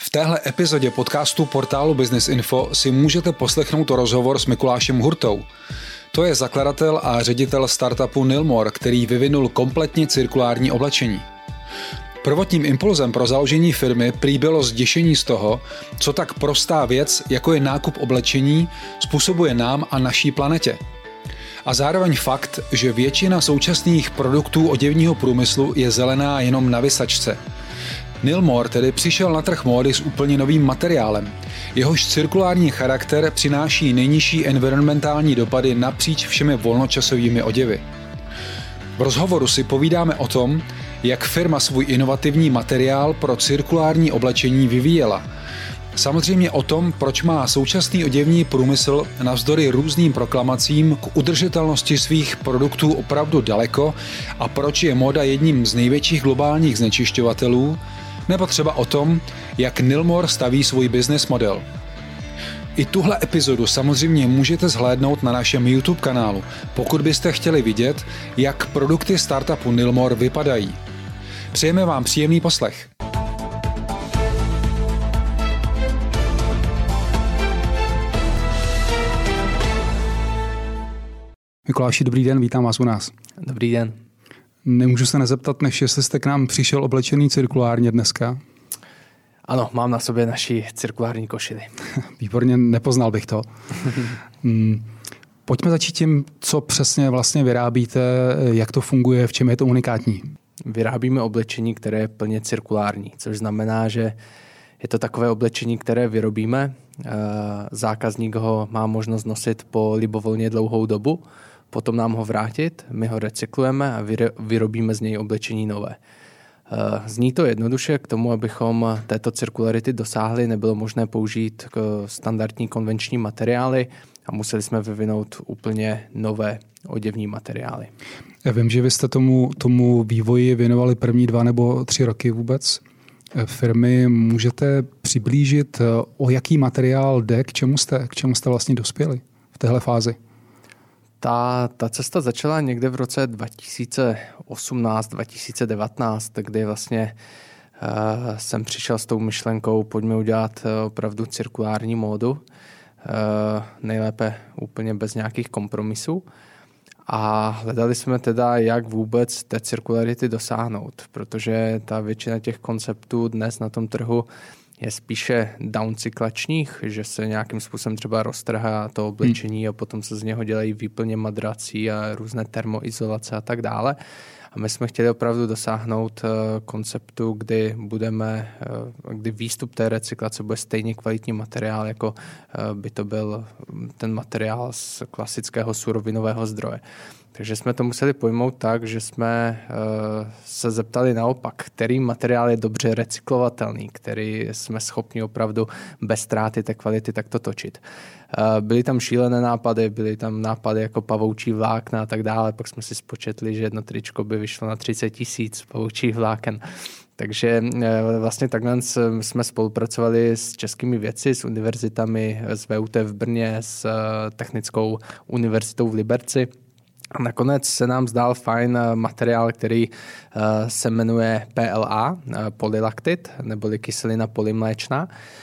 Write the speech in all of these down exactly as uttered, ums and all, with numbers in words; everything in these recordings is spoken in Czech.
V téhle epizodě podcastu portálu Business Info si můžete poslechnout rozhovor s Mikulášem Hurtou. To je zakladatel a ředitel startupu Nilmore, který vyvinul kompletně cirkulární oblečení. Prvotním impulzem pro založení firmy prý bylo zděšení z toho, co tak prostá věc, jako je nákup oblečení, způsobuje nám a naší planetě. A zároveň fakt, že většina současných produktů oděvního průmyslu je zelená jenom na visačce. Nilmore tedy přišel na trh módy s úplně novým materiálem. Jehož cirkulární charakter přináší nejnižší environmentální dopady napříč všemi volnočasovými oděvy. V rozhovoru si povídáme o tom, jak firma svůj inovativní materiál pro cirkulární oblečení vyvíjela. Samozřejmě o tom, proč má současný oděvní průmysl navzdory různým proklamacím k udržitelnosti svých produktů opravdu daleko a proč je móda jedním z největších globálních znečišťovatelů, nebo třeba o tom, jak Nilmore staví svůj business model. I tuhle epizodu samozřejmě můžete zhlédnout na našem YouTube kanálu, pokud byste chtěli vidět, jak produkty startupu Nilmore vypadají. Přejeme vám příjemný poslech. Mikuláši, dobrý den, vítám vás u nás. Dobrý den. Nemůžu se nezeptat, než jestli jste k nám přišel oblečený cirkulárně dneska. Ano, mám na sobě naši cirkulární košili. Výborně, nepoznal bych to. hmm. Pojďme začít tím, co přesně vlastně vyrábíte, jak to funguje, v čem je to unikátní. Vyrábíme oblečení, které je plně cirkulární, což znamená, že je to takové oblečení, které vyrobíme. Zákazník ho má možnost nosit po libovolně dlouhou dobu, potom nám ho vrátit, my ho recyklujeme a vyrobíme z něj oblečení nové. Zní to jednoduše, k tomu, abychom této cirkularity dosáhli, nebylo možné použít standardní konvenční materiály a museli jsme vyvinout úplně nové oděvní materiály. Já vím, že vy jste tomu, tomu vývoji věnovali první dva nebo tři roky vůbec firmy. Můžete přiblížit, o jaký materiál jde, k čemu jste, k čemu jste vlastně dospěli v téhle fázi? Ta, ta cesta začala někde v roce dva tisíce osmnáct dva tisíce devatenáct, kdy vlastně uh, jsem přišel s tou myšlenkou, pojďme udělat uh, opravdu cirkulární módu, uh, nejlépe úplně bez nějakých kompromisů. A hledali jsme teda, jak vůbec té cirkularity dosáhnout, protože ta většina těch konceptů dnes na tom trhu je spíše downcyklačních, že se nějakým způsobem třeba roztrhá to oblečení hmm. a potom se z něho dělají výplně madrací a různé termoizolace a tak dále. A my jsme chtěli opravdu dosáhnout konceptu, kdy budeme, kdy výstup té recyklace bude stejně kvalitní materiál, jako by to byl ten materiál z klasického surovinového zdroje. Takže jsme to museli pojmout tak, že jsme se zeptali naopak, který materiál je dobře recyklovatelný, který jsme schopni opravdu bez ztráty té kvality takto točit. Byly tam šílené nápady, byly tam nápady jako pavoučí vlákna a tak dále, pak jsme si spočetli, že jedno tričko by vyšlo na třicet tisíc pavoučích vláken. Takže vlastně takhle jsme spolupracovali s českými vědci, s univerzitami, s V U T v Brně, s Technickou univerzitou v Liberci. A nakonec se nám zdál fajn materiál, který se jmenuje P L A, polylaktit, neboli kyselina polymléčná.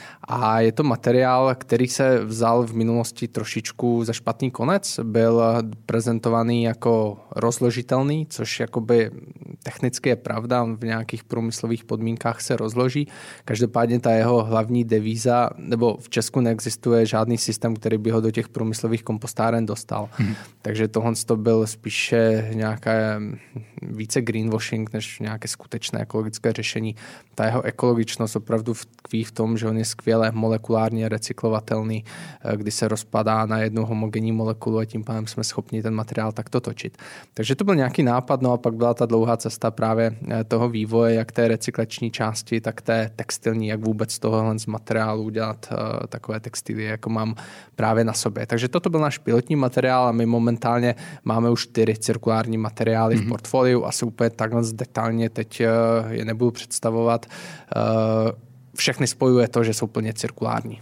A je to materiál, který se vzal v minulosti trošičku za špatný konec. Byl prezentovaný jako rozložitelný, což jakoby technicky je pravda, v nějakých průmyslových podmínkách se rozloží. Každopádně ta jeho hlavní devíza, nebo v Česku neexistuje žádný systém, který by ho do těch průmyslových kompostáren dostal. Hmm. Takže tohle to byl spíše nějaké více greenwashing, než nějaké skutečné ekologické řešení. Ta jeho ekologičnost opravdu tkví v tom, že on je skvělý molekulárně recyklovatelný, kdy se rozpadá na jednu homogenní molekulu a tím pádem jsme schopni ten materiál takto točit. Takže to byl nějaký nápad, no a pak byla ta dlouhá cesta právě toho vývoje, jak té recyklační části, tak té textilní, jak vůbec z tohohle z materiálu udělat uh, takové textily, jako mám právě na sobě. Takže toto byl náš pilotní materiál a my momentálně máme už čtyři cirkulární materiály mm-hmm. v portfoliu. Asi úplně takhle detailně teď uh, je nebudu představovat. Uh, Všechny spojuje to, že jsou plně cirkulární.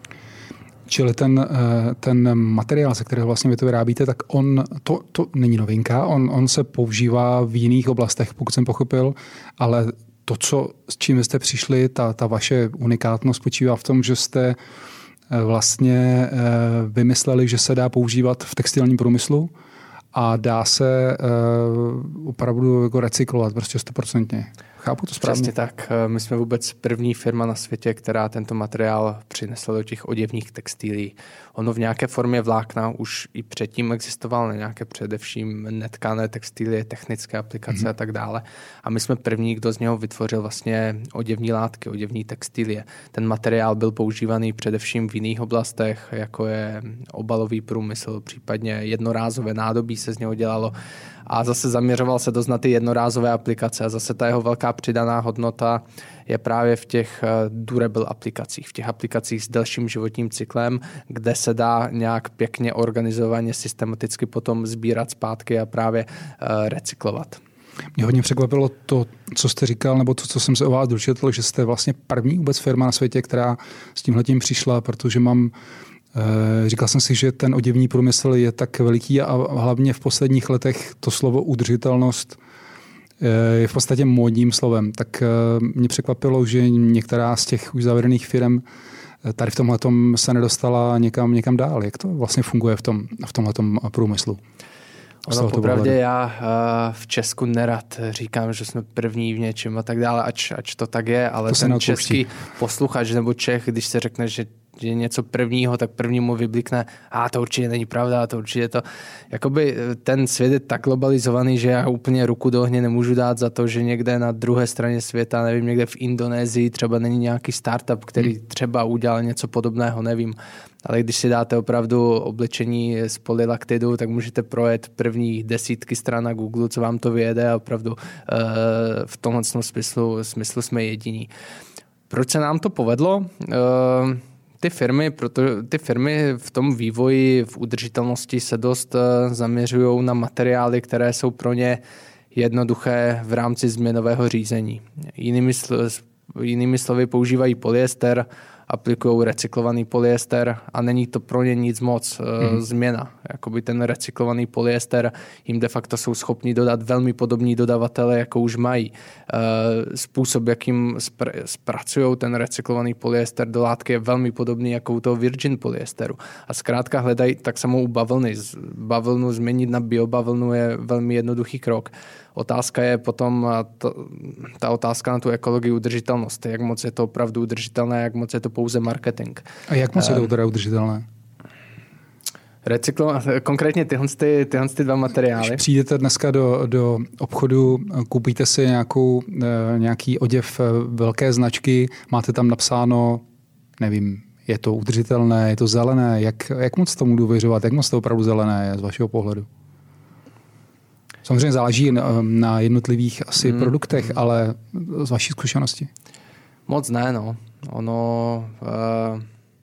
Čili ten, ten materiál, ze kterého vlastně vy to vyrábíte, tak on, to, to není novinka, on, on se používá v jiných oblastech, pokud jsem pochopil, ale to, co, s čím jste přišli, ta, ta vaše unikátnost spočívá v tom, že jste vlastně vymysleli, že se dá používat v textilním průmyslu a dá se opravdu jako recyklovat prostě stoprocentně. Chápu to správně? Přesně tak. My jsme vůbec první firma na světě, která tento materiál přinesla do těch oděvních textilí. Ono v nějaké formě vlákna už i předtím existoval, na nějaké především netkané textilie, technické aplikace mm-hmm. a tak dále. A my jsme první, kdo z něho vytvořil vlastně oděvní látky, oděvní textilie. Ten materiál byl používaný především v jiných oblastech, jako je obalový průmysl, případně jednorázové nádobí se z něho dělalo. A zase zaměřoval se dost na ty jednorázové aplikace a zase ta jeho velká přidaná hodnota je právě v těch durable aplikacích, v těch aplikacích s delším životním cyklem, kde se dá nějak pěkně organizovaně, systematicky potom sbírat zpátky a právě uh, recyklovat. Mě hodně překvapilo to, co jste říkal, nebo to, co jsem se o vás dočetl, že jste vlastně první vůbec firma na světě, která s tímhletím přišla, protože mám Říkal jsem si, že ten oděvní průmysl je tak veliký a hlavně v posledních letech to slovo udržitelnost je v podstatě módním slovem. Tak mě překvapilo, že některá z těch už zavedených firm tady v tomhletom se nedostala někam, někam dál. Jak to vlastně funguje v, tom, v tomhletom průmyslu? Ono popravdě já v Česku nerad říkám, že jsme první v něčem a tak dále, ač, ač to tak je, ale to ten český posluchač nebo Čech, když se řekne, že je něco prvního, tak prvnímu vyblikne, a to určitě není pravda, to určitě to. Jakoby ten svět je tak globalizovaný, že já úplně ruku do ohně nemůžu dát za to, že někde na druhé straně světa, nevím, někde v Indonésii třeba není nějaký startup, který třeba udělal něco podobného, nevím. Ale když si dáte opravdu oblečení z polylaktidu, tak můžete projet první desítky stran na Google, co vám to vyjede a opravdu uh, v tomhle smyslu, smyslu jsme jediní. Proč se nám to povedlo? Uh, Ty firmy, proto, ty firmy v tom vývoji, v udržitelnosti se dost zaměřují na materiály, které jsou pro ně jednoduché v rámci změnového řízení. Jinými, jinými slovy používají polyester, aplikují recyklovaný polyester a není to pro ně nic moc hmm. změna. Jakoby ten recyklovaný polyester jim de facto jsou schopni dodat velmi podobní dodavatele, jako už mají. Způsob, jakým spr- zpracují ten recyklovaný polyester do látky je velmi podobný jako u toho virgin polyesteru. A zkrátka hledají tak samou u bavlny. Bavlnu změnit na biobavlnu je velmi jednoduchý krok. Otázka je potom to, ta otázka na tu ekologii udržitelnost. Jak moc je to opravdu udržitelné, jak moc je to pouze marketing. A jak moc je to teda udržitelné? Recyklo, konkrétně tyhle, ty, tyhle ty dva materiály. Když přijdete dneska do, do obchodu, koupíte si nějakou, nějaký oděv velké značky, máte tam napsáno, nevím, je to udržitelné, je to zelené, jak, jak moc tomu důvěřovat, jak moc to opravdu zelené je z vašeho pohledu? Samozřejmě záleží na jednotlivých asi hmm. produktech, ale z vaší zkušenosti? Moc ne, no. Ono... Uh...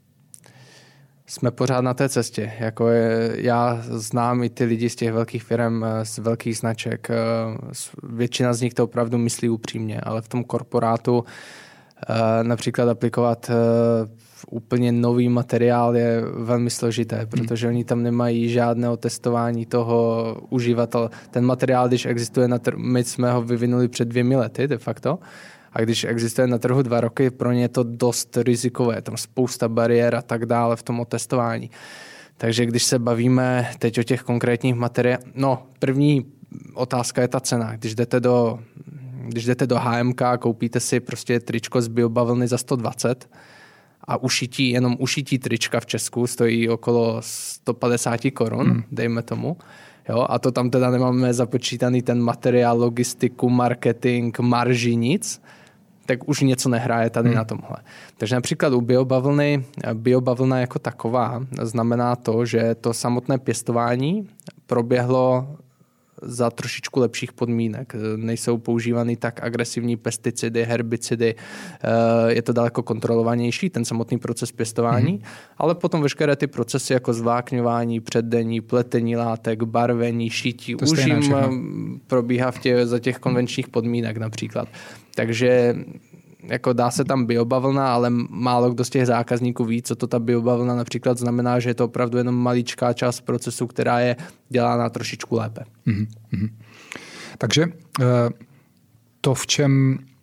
Jsme pořád na té cestě. Jako je, já znám i ty lidi z těch velkých firm, z velkých značek. Většina z nich to opravdu myslí upřímně, ale v tom korporátu například aplikovat úplně nový materiál je velmi složité, protože oni tam nemají žádné otestování toho uživatele. Ten materiál, když existuje na trhu, my jsme ho vyvinuli před dvěmi lety de facto, a když existuje na trhu dva roky, pro ně je to dost rizikové. Tam spousta bariér a tak dále v tom otestování. Takže když se bavíme teď o těch konkrétních materiálech, no první otázka je ta cena. Když jdete do, když jdete do há em ká, koupíte si prostě tričko z biobavlny za sto dvacet a ušití, jenom ušití trička v Česku stojí okolo sto padesát korun, hmm. dejme tomu. Jo, a to tam teda nemáme započítaný ten materiál, logistiku, marketing, marži, nic, tak už něco nehraje tady hmm. na tomhle. Takže například u biobavlny, biobavlna jako taková znamená to, že to samotné pěstování proběhlo za trošičku lepších podmínek. Nejsou používány tak agresivní pesticidy, herbicidy, je to daleko kontrolovanější, ten samotný proces pěstování, mm-hmm. ale potom veškeré ty procesy jako zvákňování, předdení, pletení látek, barvení, šití, už jim probíhá v tě, za těch konvenčních podmínek například. Takže jako dá se tam biobavlna, ale málo kdo z těch zákazníků ví, co to ta biobavlna například znamená, že je to opravdu jenom maličká část procesu, která je dělána trošičku lépe. Mm-hmm. Takže to, v čem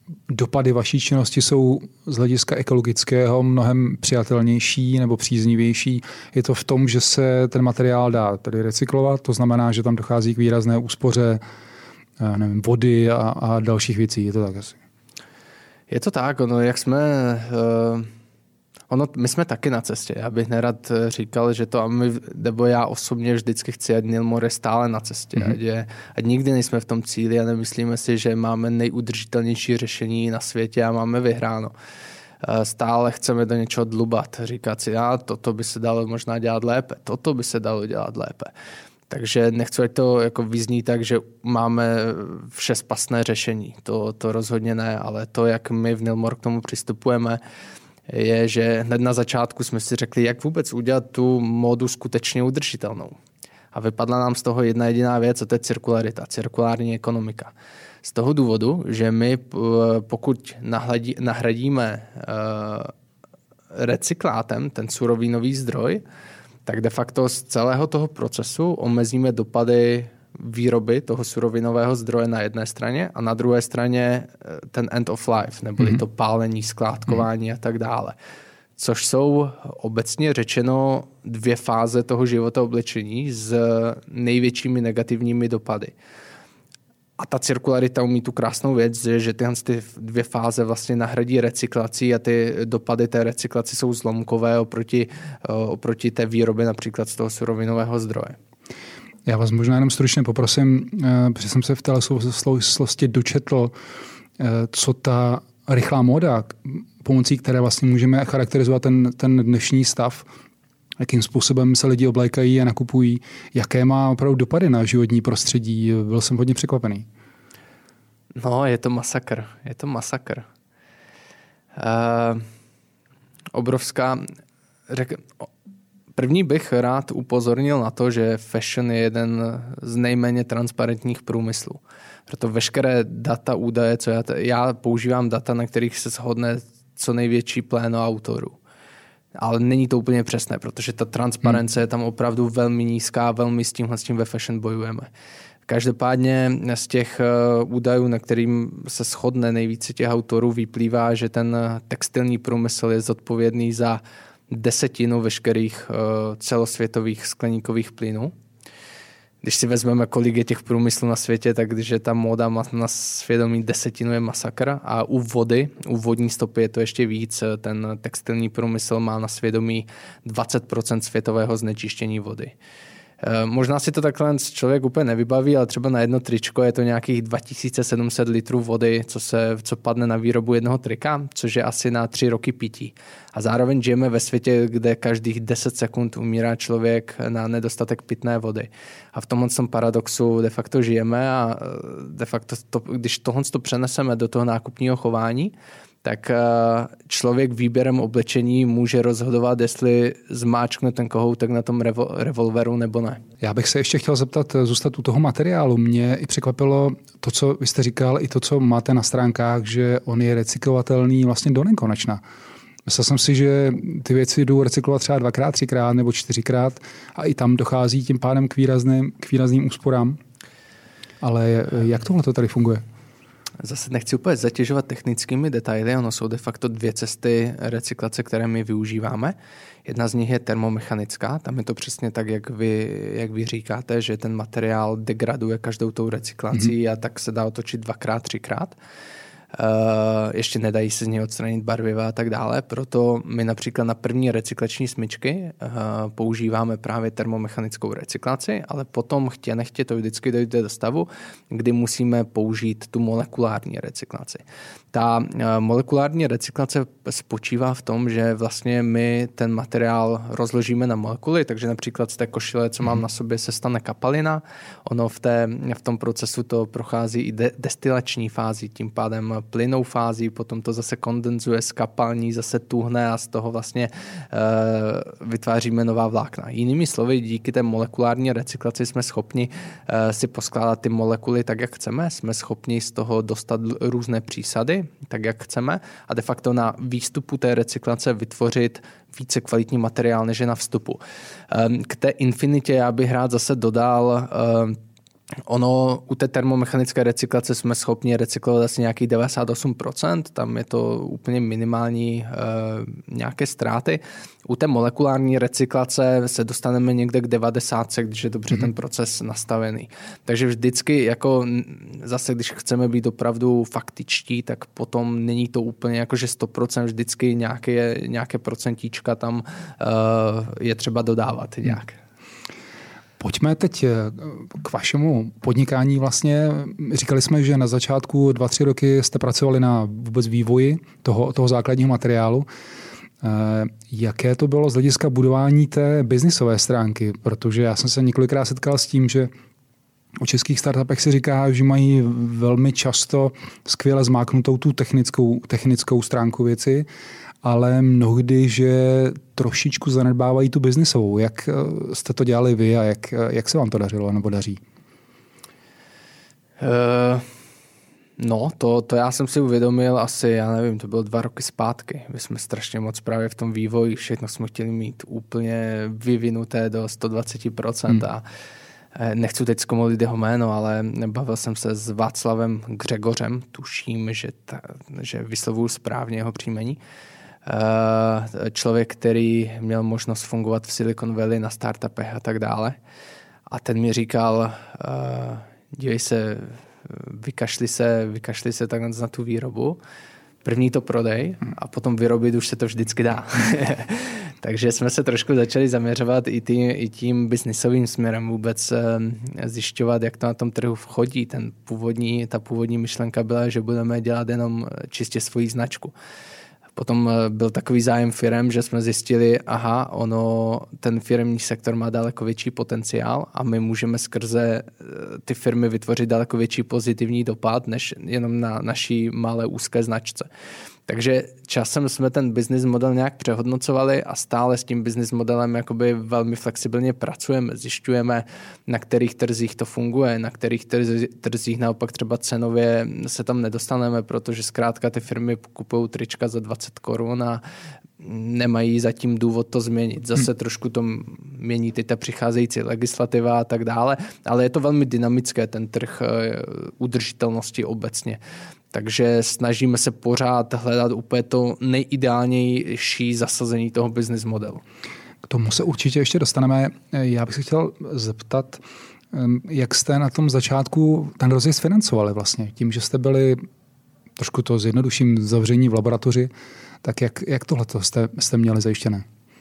dopady vaší činnosti jsou z hlediska ekologického mnohem přijatelnější nebo příznivější. Je to v tom, že se ten materiál dá tady recyklovat, to znamená, že tam dochází k výrazné úspoře nevím, vody a, a dalších věcí. Je to tak asi? Je to tak, ono, jak jsme... Uh... Ono, my jsme taky na cestě. Já bych nerad říkal, že to a my, nebo já osobně vždycky chci, ať Nilmor je stále na cestě. Mm-hmm. Ať, je, ať nikdy nejsme v tom cíli a nemyslíme si, že máme nejudržitelnější řešení na světě a máme vyhráno. Stále chceme do něčeho dlubat. Říkat si, a toto by se dalo možná dělat lépe, toto by se dalo dělat lépe. Takže nechci, ať to jako vyzní tak, že máme všespasné řešení. To, to rozhodně ne, ale to, jak my v Nilmor k tomu přistupujeme, je, že hned na začátku jsme si řekli, jak vůbec udělat tu módu skutečně udržitelnou. A vypadla nám z toho jedna jediná věc, a to je cirkularita, cirkulární ekonomika. Z toho důvodu, že my pokud nahradí, nahradíme uh, recyklátem ten surovinový zdroj, tak de facto z celého toho procesu omezíme dopady výroby toho surovinového zdroje na jedné straně a na druhé straně ten end of life, neboli mm-hmm. to pálení, skládkování mm-hmm. a tak dále. Což jsou obecně řečeno dvě fáze toho života oblečení s největšími negativními dopady. A ta cirkularita umí tu krásnou věc, že tyhle ty dvě fáze vlastně nahradí recyklací a ty dopady té recyklace jsou zlomkové oproti, oproti té výrobě například z toho surovinového zdroje. Já vás možná jenom stručně poprosím, protože jsem se v téhle souvislosti dočetl, co ta rychlá móda, pomocí které vlastně můžeme charakterizovat ten, ten dnešní stav, jakým způsobem se lidi oblékají a nakupují, jaké má opravdu dopady na životní prostředí. Byl jsem hodně překvapený. No, je to masakr. Je to masakr. Uh, obrovská... Řek... První bych rád upozornil na to, že fashion je jeden z nejméně transparentních průmyslů. Proto veškeré data, údaje, co já, t- já používám data, na kterých se shodne co největší pléno autorů. Ale není to úplně přesné, protože ta transparence hmm. je tam opravdu velmi nízká, velmi s tímhle s tím ve fashion bojujeme. Každopádně z těch údajů, na kterým se shodne nejvíce těch autorů, vyplývá, že ten textilní průmysl je zodpovědný za desetinu veškerých celosvětových skleníkových plynů. Když si vezmeme, kolik je těch průmyslů na světě, tak když je ta móda má na svědomí desetinu je masakr a u vody, u vodní stopy je to ještě víc. Ten textilní průmysl má na svědomí dvacet procent světového znečištění vody. Možná si to takhle člověk úplně nevybaví, ale třeba na jedno tričko je to nějakých dva tisíce sedm set litrů vody, co, se, co padne na výrobu jednoho trika, což je asi na tři roky pití. A zároveň žijeme ve světě, kde každých deset sekund umírá člověk na nedostatek pitné vody. A v tomhle paradoxu de facto žijeme a de facto to, když tohle to přeneseme do toho nákupního chování, tak člověk výběrem oblečení může rozhodovat, jestli zmáčkne ten kohoutek na tom revol- revolveru nebo ne. Já bych se ještě chtěl zeptat, zůstat u toho materiálu. Mě i překvapilo to, co vy jste říkal, i to, co máte na stránkách, že on je recyklovatelný vlastně do nekonečna. Myslel jsem si, že ty věci jdou recyklovat třeba dvakrát, třikrát nebo čtyřikrát a i tam dochází tím pádem k výrazným, k výrazným úsporám. Ale jak tohle to tady funguje? Zase nechci úplně zatěžovat technickými detaily, ono jsou de facto dvě cesty recyklace, které my využíváme. Jedna z nich je termomechanická, tam je to přesně tak, jak vy, jak vy říkáte, že ten materiál degraduje každou tou recyklací mm-hmm. a tak se dá otočit dvakrát, třikrát. Uh, ještě nedají se z něj odstranit barviva a tak dále, proto my například na první recyklační smyčky uh, používáme právě termomechanickou recyklaci, ale potom chtě nechtě to vždycky dojde do stavu, kdy musíme použít tu molekulární recyklaci. Ta uh, molekulární recyklace spočívá v tom, že vlastně my ten materiál rozložíme na molekuly, takže například z té košile, co mám na sobě, se stane kapalina, ono v, té, v tom procesu to prochází i de- destilační fázi, tím pádem plynou fází, potom to zase kondenzuje, skapalní, zase tuhne a z toho vlastně e, vytváříme nová vlákna. Jinými slovy, díky té molekulární recyklaci jsme schopni e, si poskládat ty molekuly tak, jak chceme, jsme schopni z toho dostat různé přísady, tak, jak chceme a de facto na výstupu té recyklace vytvořit více kvalitní materiál, než je na vstupu. E, k té infinitě já bych rád zase dodal e, Ono u té termomechanické recyklace jsme schopni recyklovat asi nějakých devadesát osm procent, tam je to úplně minimální e, nějaké ztráty. U té molekulární recyklace se dostaneme někde k devadesát, když je dobře mm-hmm. ten proces nastavený. Takže vždycky, jako zase, když chceme být opravdu faktičtí, tak potom není to úplně jako, že sto procent vždycky nějaké, nějaké procentíčka tam e, je třeba dodávat nějak. Mm. Pojďme teď k vašemu podnikání. Vlastně říkali jsme, že na začátku dva, tři roky jste pracovali na vůbec vývoji toho, toho základního materiálu. Jaké to bylo z hlediska budování té biznisové stránky? Protože já jsem se několikrát setkal s tím, že o českých startupech se říká, že mají velmi často skvěle zmáknutou tu technickou, technickou stránku věci, ale mnohdy, že trošičku zanedbávají tu biznisovou. Jak jste to dělali vy a jak, jak se vám to dařilo nebo daří? Uh, no, to, to já jsem si uvědomil asi, já nevím, to bylo dva roky zpátky. My jsme strašně moc právě v tom vývoji, všechno jsme chtěli mít úplně vyvinuté do sto dvacet procent hmm. a nechci teď zkomolit jeho jméno, ale bavil jsem se s Václavem Gřegořem, tuším, že, ta, že vyslovuju správně jeho příjmení. Člověk, který měl možnost fungovat v Silicon Valley na startupech a tak dále. A ten mi říkal, dívej se, vykašli se, vykašli se takhle na tu výrobu, první to prodej a potom vyrobit už se to vždycky dá. Takže jsme se trošku začali zaměřovat i tím, i tím biznisovým směrem, vůbec zjišťovat, jak to na tom trhu chodí. Ten původní, ta původní myšlenka byla, že budeme dělat jenom čistě svoji značku. Potom byl takový zájem firem, že jsme zjistili, aha, ono, ten firemní sektor má daleko větší potenciál a my můžeme skrze ty firmy vytvořit daleko větší pozitivní dopad, než jenom na naší malé úzké značce. Takže časem jsme ten business model nějak přehodnocovali a stále s tím business modelem jakoby velmi flexibilně pracujeme, zjišťujeme, na kterých trzích to funguje, na kterých trzích naopak třeba cenově se tam nedostaneme, protože zkrátka ty firmy kupují trička za dvacet korun a nemají zatím důvod to změnit. Zase hmm. trošku to mění teď ta přicházející legislativa a tak dále, ale je to velmi dynamické, ten trh udržitelnosti obecně. Takže snažíme se pořád hledat úplně to nejideálnější zasazení toho business modelu. K tomu se určitě ještě dostaneme. Já bych se chtěl zeptat, jak jste na tom začátku ten rozjezd financovali vlastně? Tím, že jste byli, trošku to zjednoduším, zavření v laboratoři, tak jak, jak tohleto jste, jste měli zajištěné?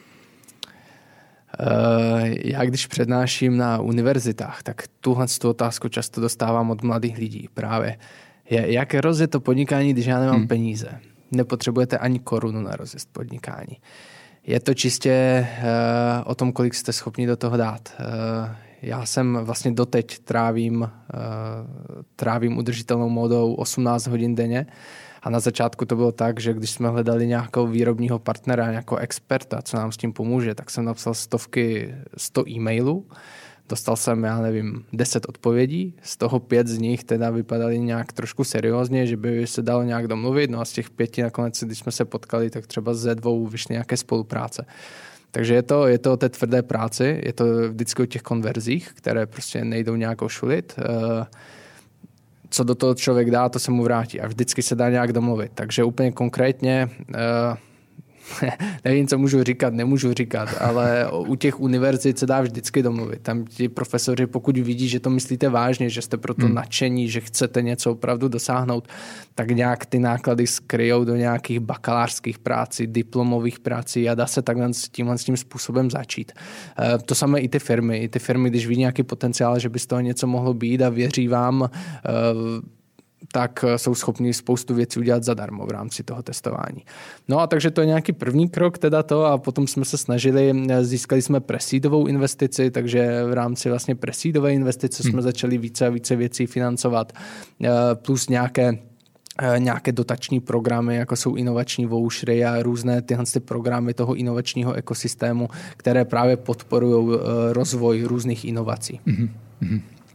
Já když přednáším na univerzitách, tak tuhle tu otázku často dostávám od mladých lidí právě. Jak rozjet to podnikání, když já nemám hmm. peníze? Nepotřebujete ani korunu na rozjezd podnikání. Je to čistě uh, o tom, kolik jste schopni do toho dát. Uh, já jsem vlastně doteď trávím, uh, trávím udržitelnou módou osmnáct hodin denně a na začátku to bylo tak, že když jsme hledali nějakého výrobního partnera, nějakého experta, co nám s tím pomůže, tak jsem napsal stovky, sto e-mailů. Dostal jsem, já nevím, deset odpovědí, z toho pět z nich teda vypadaly nějak trošku seriózně, že by se dalo nějak domluvit, no a z těch pěti nakonec, když jsme se potkali, tak třeba ze dvou vyšly nějaké spolupráce. Takže je to, je to o té tvrdé práci, je to vždycky o těch konverzích, které prostě nejdou nějak ošulit. Co do toho člověk dá, to se mu vrátí a vždycky se dá nějak domluvit. Takže úplně konkrétně... nevím, co můžu říkat, nemůžu říkat, ale u těch univerzit se dá vždycky domluvit. Tam ti profesoři, pokud vidí, že to myslíte vážně, že jste proto hmm. nadšení, že chcete něco opravdu dosáhnout, tak nějak ty náklady skryjou do nějakých bakalářských prací, diplomových prací a dá se takhle s tímhle s tím způsobem začít. To samé i ty firmy. I ty firmy, když vidí nějaký potenciál, že by z toho něco mohlo být a věří vám, tak jsou schopni spoustu věcí udělat zadarmo v rámci toho testování. No a takže to je nějaký první krok teda to a potom jsme se snažili, získali jsme presídovou investici, takže v rámci vlastně presídové investice hmm. jsme začali více a více věcí financovat, plus nějaké nějaké dotační programy, jako jsou inovační vouchery a různé tyhle ty programy toho inovačního ekosystému, které právě podporují rozvoj různých inovací. Mm-hmm.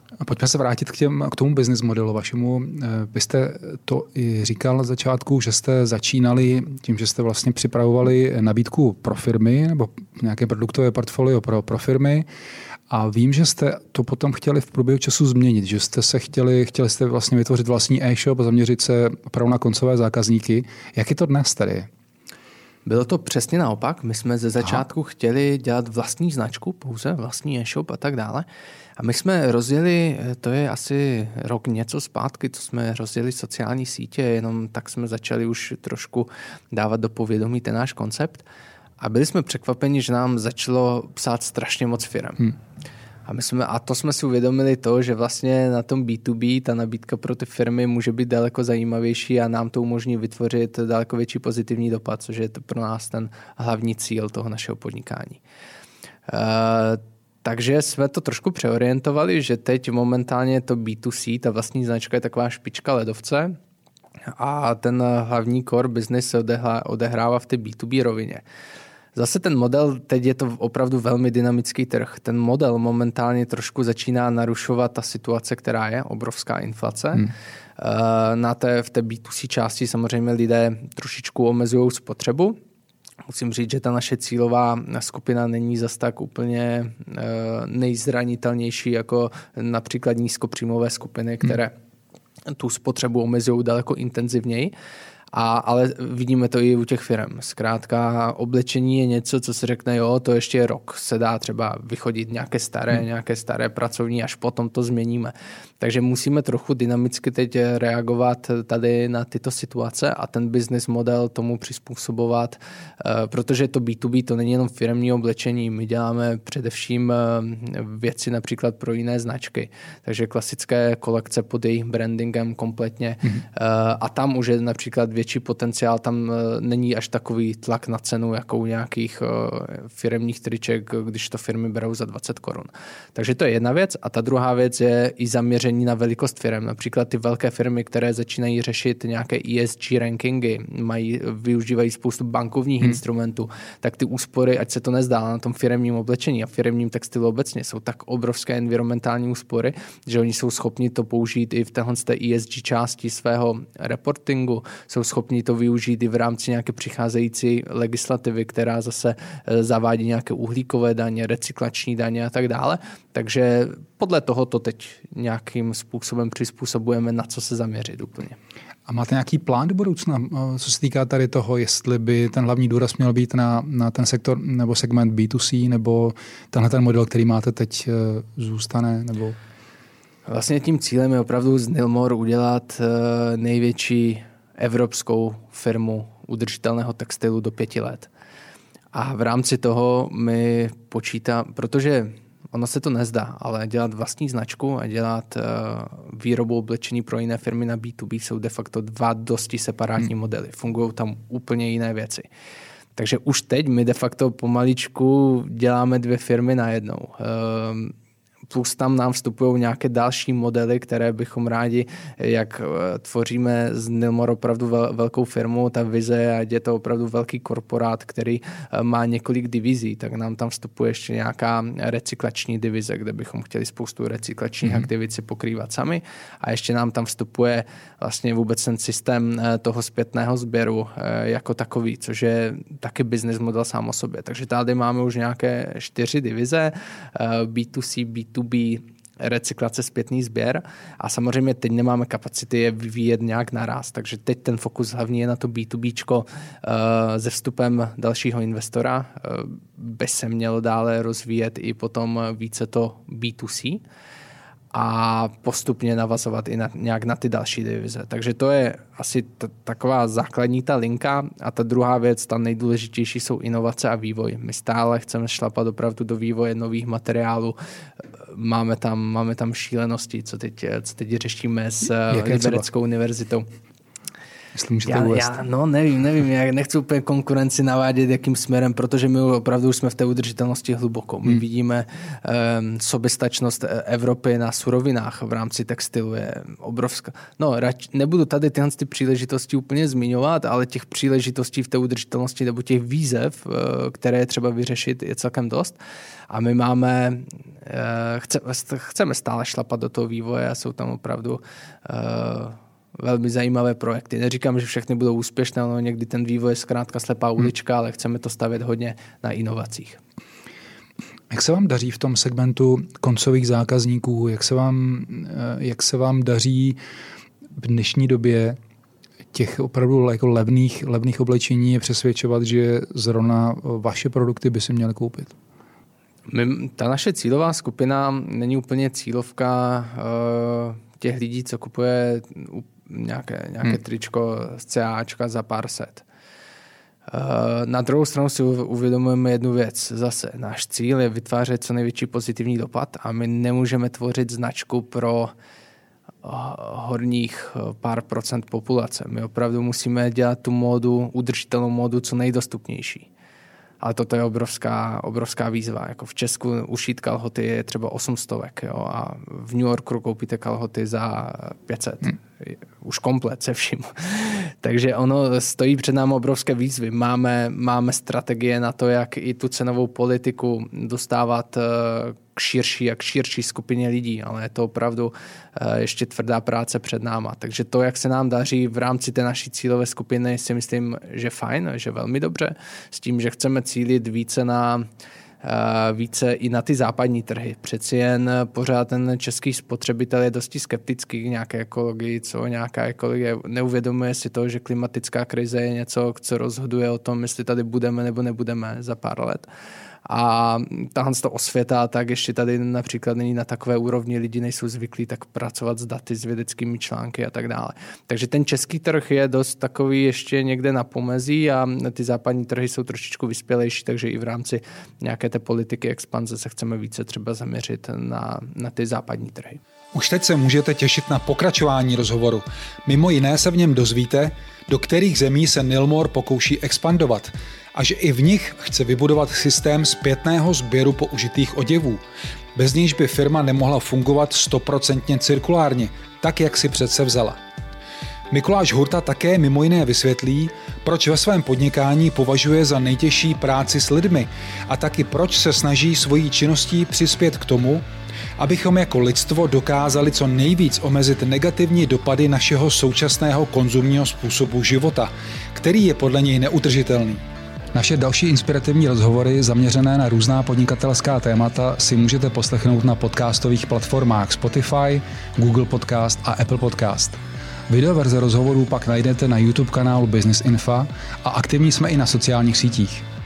A pojďme se vrátit k, těm, k tomu business modelu vašemu. Vy jste to i říkal na začátku, že jste začínali tím, že jste vlastně připravovali nabídku pro firmy nebo nějaké produktové portfolio pro, pro firmy. A vím, že jste to potom chtěli v průběhu času změnit, že jste se chtěli, chtěli jste vlastně vytvořit vlastní e-shop a zaměřit se opravdu na koncové zákazníky. Jak je to dnes tady? Bylo to přesně naopak. My jsme ze začátku Aha. chtěli dělat vlastní značku, pouze vlastní e-shop a tak dále. A my jsme rozjeli, to je asi rok něco zpátky, to jsme rozjeli sociální sítě, jenom tak jsme začali už trošku dávat do povědomí ten náš koncept. A byli jsme překvapeni, že nám začalo psát strašně moc firem. Hmm. A, my jsme, a to jsme si uvědomili to, že vlastně na tom bé dvě bé ta nabídka pro ty firmy může být daleko zajímavější a nám to umožní vytvořit daleko větší pozitivní dopad, což je to pro nás ten hlavní cíl toho našeho podnikání. Uh, takže jsme to trošku přeorientovali, že teď momentálně to bé dvě cé, ta vlastní značka je taková špička ledovce a ten hlavní core business se odehrává v té bé dvě bé rovině. Zase ten model, teď je to opravdu velmi dynamický trh. Ten model momentálně trošku začíná narušovat ta situace, která je, obrovská inflace. Hmm. Na té, v té bé dvě cé části samozřejmě lidé trošičku omezují spotřebu. Musím říct, že ta naše cílová skupina není zas tak úplně nejzranitelnější jako například nízkopříjmové skupiny, které hmm. tu spotřebu omezují daleko intenzivněji. A, ale vidíme to i u těch firm. Zkrátka oblečení je něco, co se řekne, jo, to ještě rok se dá třeba vychodit nějaké staré, hmm. nějaké staré pracovní, až potom to změníme. Takže musíme trochu dynamicky teď reagovat tady na tyto situace a ten business model tomu přizpůsobovat, protože to bé dvě bé to není jenom firemní oblečení. My děláme především věci například pro jiné značky. Takže klasické kolekce pod jejich brandingem kompletně. Hmm. A tam už je například větší potenciál, tam není až takový tlak na cenu, jako u nějakých firemních triček, když to firmy berou za dvacet korun. Takže to je jedna věc. A ta druhá věc je i zaměření na velikost firem. Například ty velké firmy, které začínají řešit nějaké E S G rankingy, mají, využívají spoustu bankovních hmm. instrumentů, tak ty úspory, ať se to nezdá na tom firemním oblečení a firemním textilu obecně, jsou tak obrovské environmentální úspory, že oni jsou schopni to použít i v téhle E S G části svého reportingu, jsou schopni to využít i v rámci nějaké přicházející legislativy, která zase zavádí nějaké uhlíkové daně, recyklační daně a tak dále. Takže podle toho to teď nějakým způsobem přizpůsobujeme, na co se zaměřit úplně. A máte nějaký plán do budoucna, co se týká tady toho, jestli by ten hlavní důraz měl být na, na ten sektor nebo segment bé dvě cé, nebo tenhle ten model, který máte teď, zůstane? Nebo... Vlastně tím cílem je opravdu z Nilmor udělat největší evropskou firmu udržitelného textilu do pěti let. A v rámci toho my počítá, protože ono se to nezdá, ale dělat vlastní značku a dělat uh, výrobu oblečení pro jiné firmy na bé dvě bé jsou de facto dva dosti separátní hmm. modely. Fungují tam úplně jiné věci. Takže už teď my de facto pomaličku děláme dvě firmy najednou. Uh, Plus tam nám vstupují nějaké další modely, které bychom rádi, jak tvoříme z Nilmor opravdu velkou firmu, ta vize, ať je to opravdu velký korporát, který má několik divizí, tak nám tam vstupuje ještě nějaká recyklační divize, kde bychom chtěli spoustu recyklačních mm-hmm. aktivit si pokrývat sami a ještě nám tam vstupuje vlastně vůbec ten systém toho zpětného sběru jako takový, což je taky business model sám o sobě. Takže tady máme už nějaké čtyři divize, bé dvě cé, bé dvě bé, recyklace, zpětný sběr a samozřejmě teď nemáme kapacity je vyvíjet nějak naraz, takže teď ten fokus hlavně je na to bé dvě béčko se vstupem dalšího investora by se mělo dále rozvíjet i potom více to bé dvě cé a postupně navazovat i na, nějak na ty další divize. Takže to je asi t- taková základní ta linka a ta druhá věc, ta nejdůležitější jsou inovace a vývoj. My stále chceme šlapat opravdu do vývoje nových materiálů. Máme tam, máme tam šílenosti, co teď, co teď řešíme s Libereckou univerzitou. Jestli můžete já, uvést. Já, no nevím, nevím, já nechci úplně konkurenci navádět jakým směrem, protože my opravdu už jsme v té udržitelnosti hluboko. My hmm. vidíme um, soběstačnost Evropy na surovinách v rámci textilu je obrovská. No, rač, nebudu tady tyhle ty příležitosti úplně zmiňovat, ale těch příležitostí v té udržitelnosti nebo těch výzev, které je třeba vyřešit, je celkem dost. A my máme, chce, chceme stále šlapat do toho vývoje a jsou tam opravdu uh, velmi zajímavé projekty. Neříkám, že všechny budou úspěšné, ale někdy ten vývoj je zkrátka slepá ulička, ale chceme to stavět hodně na inovacích. Jak se vám daří v tom segmentu koncových zákazníků? Jak se vám, jak se vám daří v dnešní době těch opravdu jako levných, levných oblečení je přesvědčovat, že zrovna vaše produkty by si měly koupit? My, ta naše cílová skupina není úplně cílovka uh, těch lidí, co kupuje nějaké, nějaké hmm. tričko z CAčka za pár set. Uh, na druhou stranu si uvědomujeme jednu věc. Zase náš cíl je vytvářet co největší pozitivní dopad a my nemůžeme tvořit značku pro horních pár procent populace. My opravdu musíme dělat tu módu, udržitelnou módu co nejdostupnější. Ale toto je obrovská, obrovská výzva. Jako v Česku ušít kalhoty je třeba osm stovek, jo, a v New Yorku koupíte kalhoty za pět set. Hmm. Už komplet se vším. Takže ono stojí před námi obrovské výzvy. Máme, máme strategie na to, jak i tu cenovou politiku dostávat k širší a k širší skupině lidí, ale je to opravdu ještě tvrdá práce před náma. Takže to, jak se nám daří v rámci té naší cílové skupiny, si myslím, že fajn, že velmi dobře, s tím, že chceme cílit více na více i na ty západní trhy. Přeci jen pořád ten český spotřebitel je dosti skeptický k nějaké ekologii, co nějaká ekologie. Neuvědomuje si to, že klimatická krize je něco, co rozhoduje o tom, jestli tady budeme nebo nebudeme za pár let. A tahle osvěta tak ještě tady například není na takové úrovni, lidi nejsou zvyklí tak pracovat s daty, s vědeckými články a tak dále. Takže ten český trh je dost takový ještě někde na pomezí a ty západní trhy jsou trošičku vyspělejší, takže i v rámci nějaké té politiky expanze se chceme více třeba zaměřit na, na ty západní trhy. Už teď se můžete těšit na pokračování rozhovoru. Mimo jiné se v něm dozvíte, do kterých zemí se Nilmore pokouší expandovat a že i v nich chce vybudovat systém zpětného sběru použitých oděvů. Bez níž by firma nemohla fungovat stoprocentně cirkulárně, tak jak si přece vzala. Mikuláš Hurta také mimo jiné vysvětlí, proč ve svém podnikání považuje za nejtěžší práci s lidmi a taky proč se snaží svojí činností přispět k tomu, abychom jako lidstvo dokázali co nejvíc omezit negativní dopady našeho současného konzumního způsobu života, který je podle něj neudržitelný. Naše další inspirativní rozhovory zaměřené na různá podnikatelská témata si můžete poslechnout na podcastových platformách Spotify, Google Podcast a Apple Podcast. Videoverze rozhovorů pak najdete na YouTube kanálu Business Info a aktivní jsme i na sociálních sítích.